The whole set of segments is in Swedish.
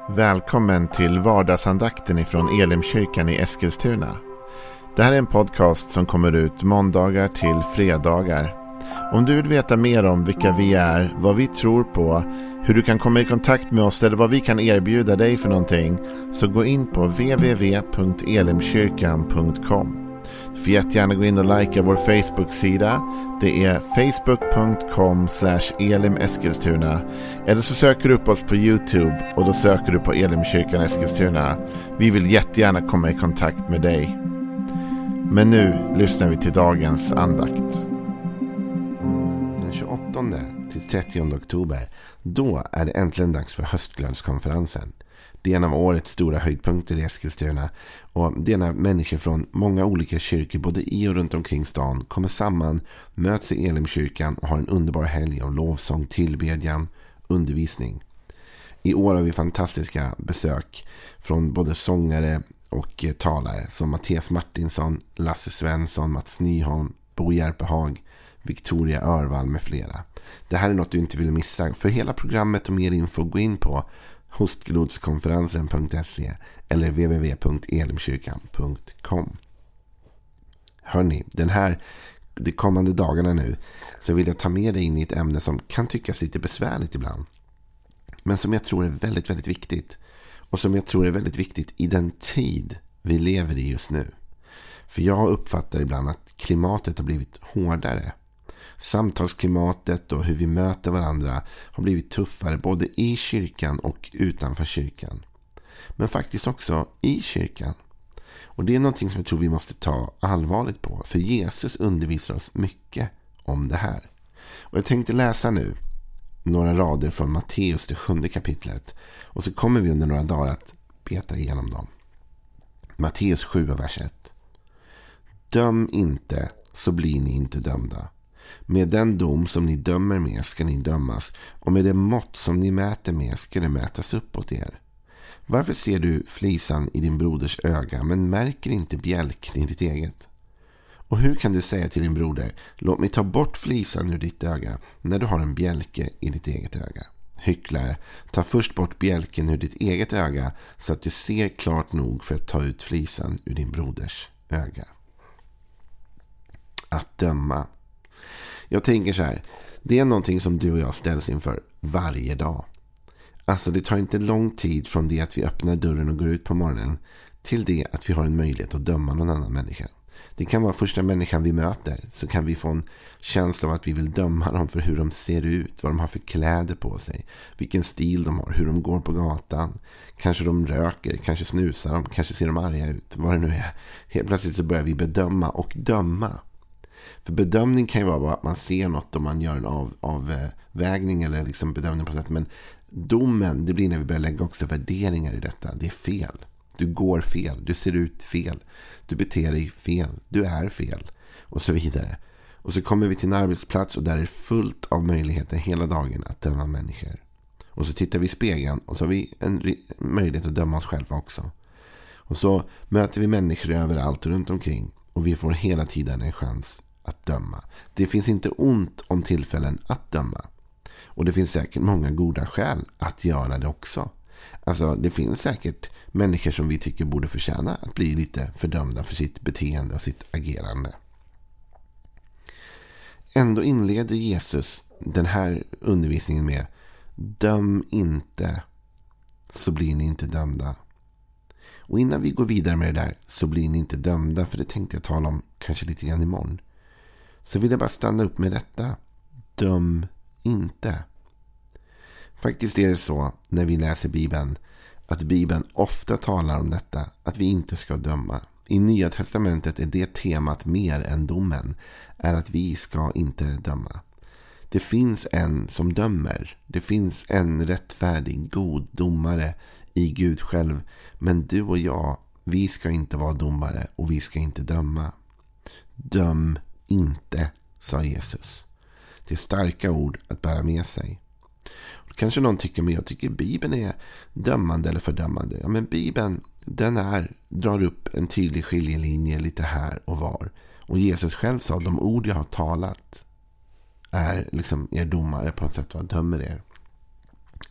Välkommen till vardagsandakten ifrån Elimkyrkan i Eskilstuna. Det här är en podcast som kommer ut måndagar till fredagar. Om du vill veta mer om vilka vi är, vad vi tror på, hur du kan komma i kontakt med oss eller vad vi kan erbjuda dig för någonting, så gå in på www.elimkyrkan.com. Du får jättegärna gå in och likea vår Facebook-sida. Det är facebook.com/elimeskilstuna. Eller så söker du upp oss på YouTube och då söker du på Elimkyrkan Eskilstuna. Vi vill jättegärna komma i kontakt med dig. Men nu lyssnar vi till dagens andakt. Den 28 till 30 oktober, då är det äntligen dags för höstglödskonferensen. Det är en av årets stora höjdpunkter i Eskilstuna, och det är när människor från många olika kyrkor både i och runt omkring stan kommer samman, möts i Elimkyrkan och har en underbar helg av lovsång, tillbedjan, undervisning. I år har vi fantastiska besök från både sångare och talare som Mattias Martinsson, Lasse Svensson, Mats Nyholm, Bo Järpehag, Victoria Örvall med flera. Det här är något du inte vill missa. För hela programmet och mer info, gå in på hostglodskonferensen.se eller www.elimkyrkan.com. Hörrni, de kommande dagarna nu så vill jag ta med dig in i ett ämne som kan tyckas lite besvärligt ibland, men som jag tror är väldigt, väldigt viktigt, och som jag tror är väldigt viktigt i den tid vi lever i just nu. För jag uppfattar ibland att klimatet har blivit hårdare. Samtalsklimatet och hur vi möter varandra har blivit tuffare både i kyrkan och utanför kyrkan. Men faktiskt också i kyrkan. Och det är någonting som jag tror vi måste ta allvarligt på. För Jesus undervisar oss mycket om det här. Och jag tänkte läsa nu några rader från Matteus, det 7:e kapitlet. Och så kommer vi under några dagar att beta igenom dem. Matteus 7, vers 1. Döm inte, så blir ni inte dömda. Med den dom som ni dömer med ska ni dömas, och med det mått som ni mäter med ska det mätas uppåt er. Varför ser du flisan i din broders öga men märker inte bjälken i ditt eget? Och hur kan du säga till din broder, låt mig ta bort flisan ur ditt öga, när du har en bjälke i ditt eget öga? Hycklare, ta först bort bjälken ur ditt eget öga så att du ser klart nog för att ta ut flisan ur din broders öga. Att döma. Jag tänker så här, det är någonting som du och jag ställs inför varje dag. Alltså det tar inte lång tid från det att vi öppnar dörren och går ut på morgonen till det att vi har en möjlighet att döma någon annan människa. Det kan vara första människan vi möter, så kan vi få en känsla av att vi vill döma dem för hur de ser ut, vad de har för kläder på sig, vilken stil de har, hur de går på gatan. Kanske de röker, kanske snusar de, kanske ser de arga ut, vad det nu är. Helt plötsligt så börjar vi bedöma och döma. För bedömning kan ju vara att man ser något och man gör en avvägning eller liksom bedömning på sätt. Men domen, det blir när vi börjar lägga också värderingar i detta. Det är fel. Du går fel. Du ser ut fel. Du beter dig fel. Du är fel. Och så vidare. Och så kommer vi till en arbetsplats och där är det fullt av möjligheter hela dagen att döma människor. Och så tittar vi i spegeln och så har vi en möjlighet att döma oss själva också. Och så möter vi människor överallt och runt omkring. Och vi får hela tiden en chans att döma. Det finns inte ont om tillfällen att döma. Och det finns säkert många goda skäl att göra det också. Alltså det finns säkert människor som vi tycker borde förtjäna att bli lite fördömda för sitt beteende och sitt agerande. Ändå inleder Jesus den här undervisningen med: döm inte, så blir ni inte dömda. Och innan vi går vidare med det där, så blir ni inte dömda, för det tänkte jag tala om kanske lite grann imorgon, så vill jag bara stanna upp med detta. Döm inte. Faktiskt är det så när vi läser Bibeln att Bibeln ofta talar om detta, att vi inte ska döma. I Nya testamentet är det temat mer än domen, är att vi ska inte döma. Det finns en som dömer. Det finns en rättfärdig, god domare i Gud själv. Men du och jag, vi ska inte vara domare och vi ska inte döma. Döm inte, sa Jesus. Det är starka ord att bära med sig. Kanske någon tycker, men jag tycker Bibeln är dömande eller fördömande. Ja, men Bibeln, drar upp en tydlig skiljelinje lite här och var. Och Jesus själv sa, de ord jag har talat är liksom er domare på något sätt, och dömer er.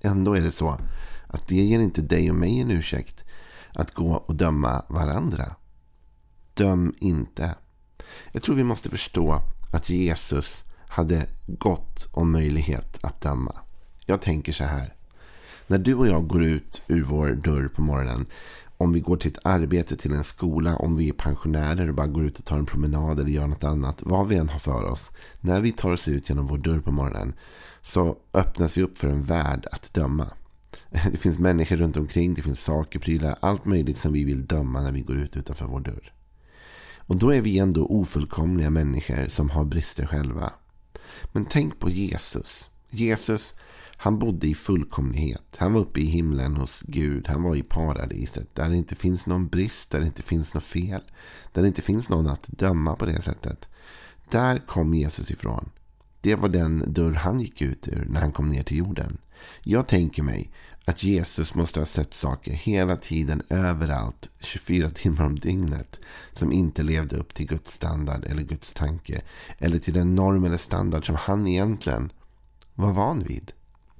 Ändå är det så att det ger inte dig och mig en ursäkt att gå och döma varandra. Döm inte. Jag tror vi måste förstå att Jesus hade gott om möjlighet att döma. Jag tänker så här. När du och jag går ut ur vår dörr på morgonen, om vi går till ett arbete, till en skola, om vi är pensionärer och bara går ut och tar en promenad eller gör något annat, vad vi än har för oss. När vi tar oss ut genom vår dörr på morgonen så öppnas vi upp för en värld att döma. Det finns människor runt omkring, det finns saker, prylar, allt möjligt som vi vill döma när vi går ut utanför vår dörr. Och då är vi ändå ofullkomliga människor som har brister själva. Men tänk på Jesus. Jesus, han bodde i fullkomlighet. Han var uppe i himlen hos Gud. Han var i paradiset. Där det inte finns någon brist, där det inte finns något fel. Där det inte finns någon att döma på det sättet. Där kom Jesus ifrån. Det var den dörr han gick ut ur när han kom ner till jorden. Jag tänker mig att Jesus måste ha sett saker hela tiden, överallt, 24 timmar om dygnet, som inte levde upp till Guds standard eller Guds tanke, eller till den norm eller standard som han egentligen var van vid.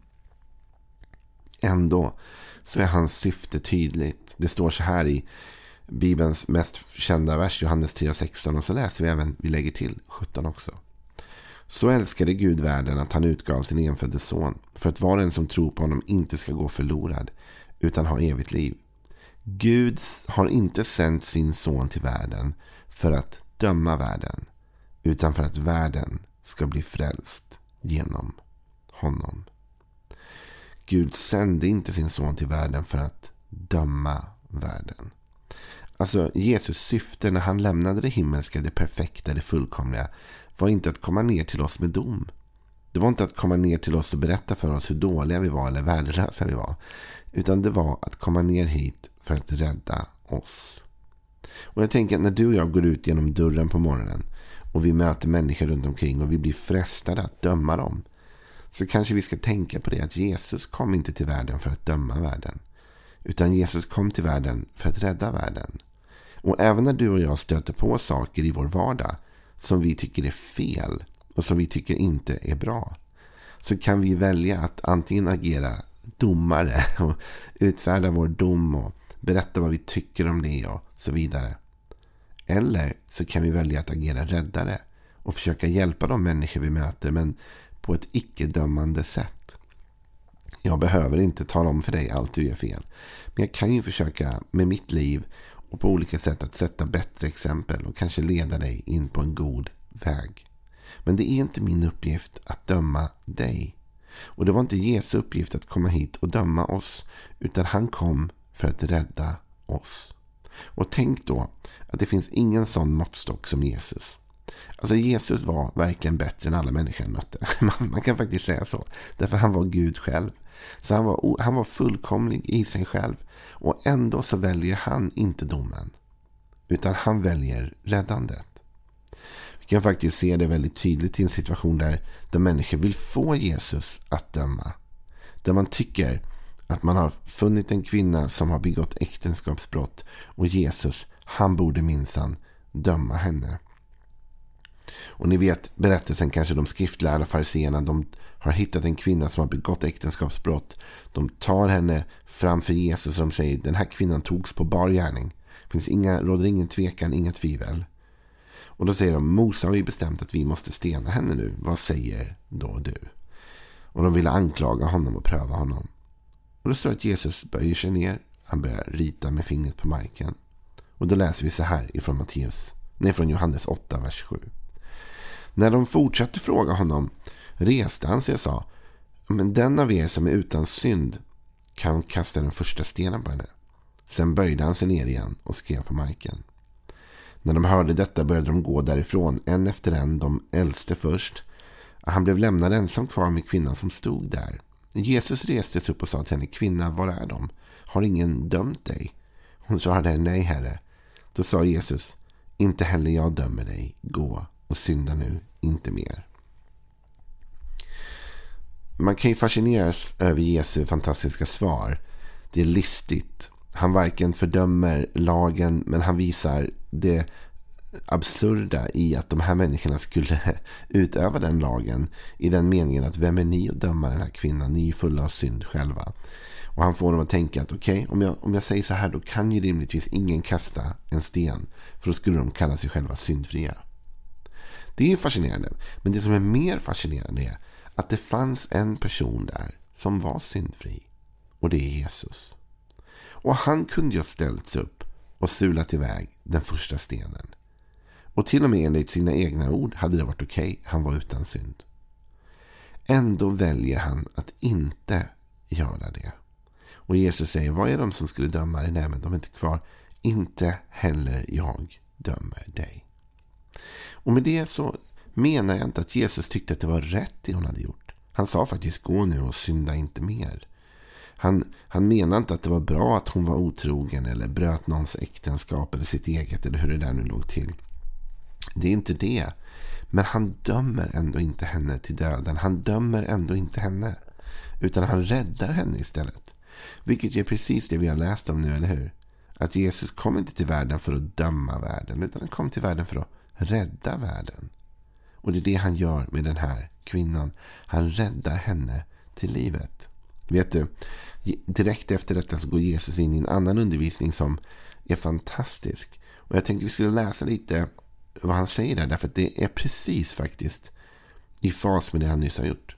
Ändå så är hans syfte tydligt. Det står så här i Bibelns mest kända vers, Johannes 3:16, och så läser vi även, vi lägger till 17 också. Så älskade Gud världen att han utgav sin enfödde son, för att var och en som tror på honom inte ska gå förlorad, utan ha evigt liv. Gud har inte sänt sin son till världen för att döma världen, utan för att världen ska bli frälst genom honom. Gud sände inte sin son till världen för att döma världen. Alltså Jesus syfte när han lämnade det himmelska, det perfekta, det fullkomliga, var inte att komma ner till oss med dom. Det var inte att komma ner till oss och berätta för oss hur dåliga vi var eller värdelösa vi var. Utan det var att komma ner hit för att rädda oss. Och jag tänker att när du och jag går ut genom dörren på morgonen och vi möter människor runt omkring och vi blir frestade att döma dem, så kanske vi ska tänka på det att Jesus kom inte till världen för att döma världen. Utan Jesus kom till världen för att rädda världen. Och även när du och jag stöter på saker i vår vardag som vi tycker är fel och som vi tycker inte är bra, så kan vi välja att antingen agera domare och utfärda vår dom och berätta vad vi tycker om det och så vidare. Eller så kan vi välja att agera räddare och försöka hjälpa de människor vi möter, men på ett icke-dömande sätt. Jag behöver inte tala om för dig allt du gör fel, men jag kan ju försöka med mitt liv och på olika sätt att sätta bättre exempel och kanske leda dig in på en god väg. Men det är inte min uppgift att döma dig. Och det var inte Jesu uppgift att komma hit och döma oss, utan han kom för att rädda oss. Och tänk då att det finns ingen sån måttstock som Jesus. Alltså Jesus var verkligen bättre än alla människor han mötte. Man kan faktiskt säga så. Därför han var Gud själv. Så han var fullkomlig i sig själv. Och ändå så väljer han inte domen. Utan han väljer räddandet. Vi kan faktiskt se det väldigt tydligt i en situation där människor vill få Jesus att döma. Där man tycker att man har funnit en kvinna som har begått äktenskapsbrott. Och Jesus, han borde minsann döma henne. Och ni vet berättelsen, kanske de skriftlärda fariseerna, de har hittat en kvinna som har begått äktenskapsbrott. De tar henne framför Jesus och de säger, den här kvinnan togs på bar gärning. Råder ingen tvekan, inga tvivel. Och då säger de, Mose har ju bestämt att vi måste stena henne nu. Vad säger då du? Och de ville anklaga honom och pröva honom. Och då står det att Jesus böjer sig ner. Han börjar rita med fingret på marken. Och då läser vi så här från Johannes 8, vers 7. När de fortsatte fråga honom reste han sig och sa, men den av er som är utan synd kan kasta den första stenen på henne. Sen böjde han sig ner igen och skrev på marken. När de hörde detta började de gå därifrån, en efter en, de äldste först. Han blev lämnad ensam kvar med kvinnan som stod där. Jesus reste sig upp och sa till henne, kvinna, var är de? Har ingen dömt dig? Hon svarade, nej herre. Då sa Jesus, inte heller jag dömer dig, gå och synda nu inte mer. Man kan ju fascineras över Jesu fantastiska svar. Det är listigt. Han varken fördömer lagen, men han visar det absurda i att de här människorna skulle utöva den lagen i den meningen att vem är ni att döma den här kvinnan? Ni är fulla av synd själva. Och han får dem att tänka att okej, om jag säger så här, då kan ju rimligtvis ingen kasta en sten, för då skulle de kalla sig själva syndfria. Det är fascinerande. Men det som är mer fascinerande är att det fanns en person där som var syndfri. Och det är Jesus. Och han kunde ju ha ställts upp och sulat iväg den första stenen. Och till och med enligt sina egna ord hade det varit okej. Han var utan synd. Ändå väljer han att inte göra det. Och Jesus säger, vad är de som skulle döma dig? Nej, men de är inte kvar. Inte heller jag dömer dig. Och med det så menar jag inte att Jesus tyckte att det var rätt det hon hade gjort. Han sa faktiskt, gå nu och synda inte mer. Han menar inte att det var bra att hon var otrogen eller bröt någons äktenskap eller sitt eget eller hur det där nu låg till. Det är inte det. Men han dömer ändå inte henne till döden. Han dömer ändå inte henne. Utan han räddar henne istället. Vilket är precis det vi har läst om nu, eller hur? Att Jesus kom inte till världen för att döma världen, utan han kom till världen för att rädda världen. Och det är det han gör med den här kvinnan. Han räddar henne till livet. Vet du, direkt efter detta så går Jesus in i en annan undervisning som är fantastisk. Och jag tänkte vi skulle läsa lite vad han säger där, därför att det är precis faktiskt i fas med det han nyss har gjort.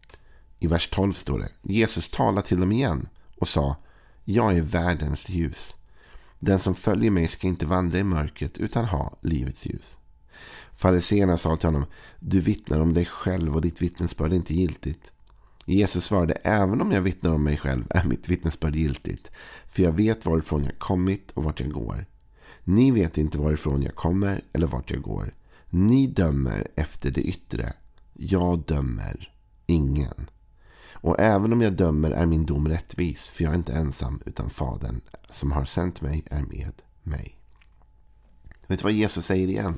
I vers 12 står det: Jesus talade till dem igen och sa: jag är världens ljus. Den som följer mig ska inte vandra i mörkret utan ha livets ljus. Fariséerna sa till honom: du vittnar om dig själv och ditt vittnesbörd är inte giltigt. Jesus svarade: även om jag vittnar om mig själv är mitt vittnesbörd giltigt, för jag vet varifrån jag kommit och vart jag går. Ni vet inte varifrån jag kommer eller vart jag går. Ni dömer efter det yttre. Jag dömer ingen. Och även om jag dömer är min dom rättvis, för jag är inte ensam utan Fadern som har sänt mig är med mig. Vet du vad Jesus säger igen?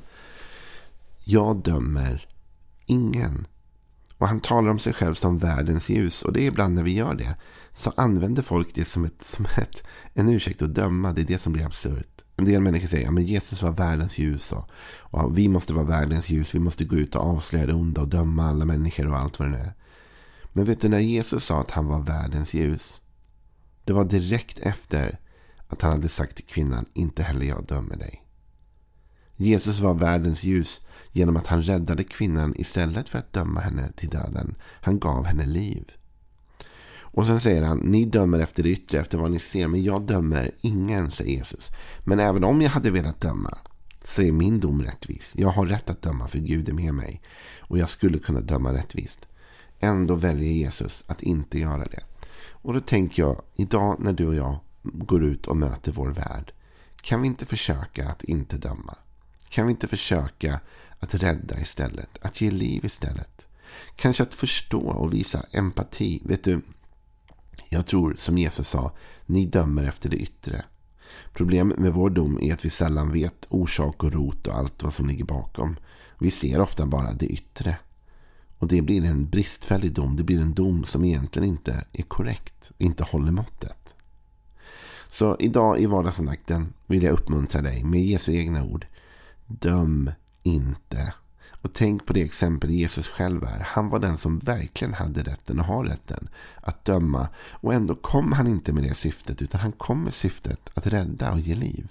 Jag dömer ingen. Och han talar om sig själv som världens ljus. Och det är ibland när vi gör det så använder folk det som en ursäkt att döma. Det är det som blir absurt. En del människor säger, ja, men Jesus var världens ljus och vi måste vara världens ljus. Vi måste gå ut och avslöja det onda och döma alla människor och allt vad det är. Men vet du, när Jesus sa att han var världens ljus, det var direkt efter att han hade sagt till kvinnan: inte heller jag dömer dig. Jesus var världens ljus genom att han räddade kvinnan istället för att döma henne till döden. Han gav henne liv. Och sen säger han: ni dömer efter det yttre, efter vad ni ser, men jag dömer ingen, säger Jesus. Men även om jag hade velat döma så är min dom rättvis. Jag har rätt att döma, för Gud är med mig. Och jag skulle kunna döma rättvist. Ändå väljer Jesus att inte göra det. Och då tänker jag, idag när du och jag går ut och möter vår värld, kan vi inte försöka att inte döma? Kan vi inte försöka att rädda istället? Att ge liv istället? Kanske att förstå och visa empati. Vet du, jag tror som Jesus sa, ni dömer efter det yttre. Problemet med vår dom är att vi sällan vet orsak och rot och allt vad som ligger bakom. Vi ser ofta bara det yttre. Och det blir en bristfällig dom. Det blir en dom som egentligen inte är korrekt. Inte håller måttet. Så idag i vardagsandakten vill jag uppmuntra dig med Jesu egna ord. Döm inte. Och tänk på det exempel Jesus själv är. Han var den som verkligen hade rätten och har rätten att döma. Och ändå kom han inte med det syftet, utan han kom med syftet att rädda och ge liv.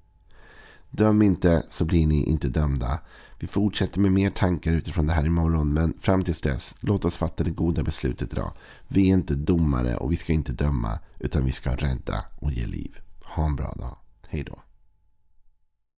Döm inte, så blir ni inte dömda. Vi fortsätter med mer tankar utifrån det här imorgon, men fram tills dess, låt oss fatta det goda beslutet idag. Vi är inte domare och vi ska inte döma, utan vi ska rädda och ge liv. Ha en bra dag. Hej då.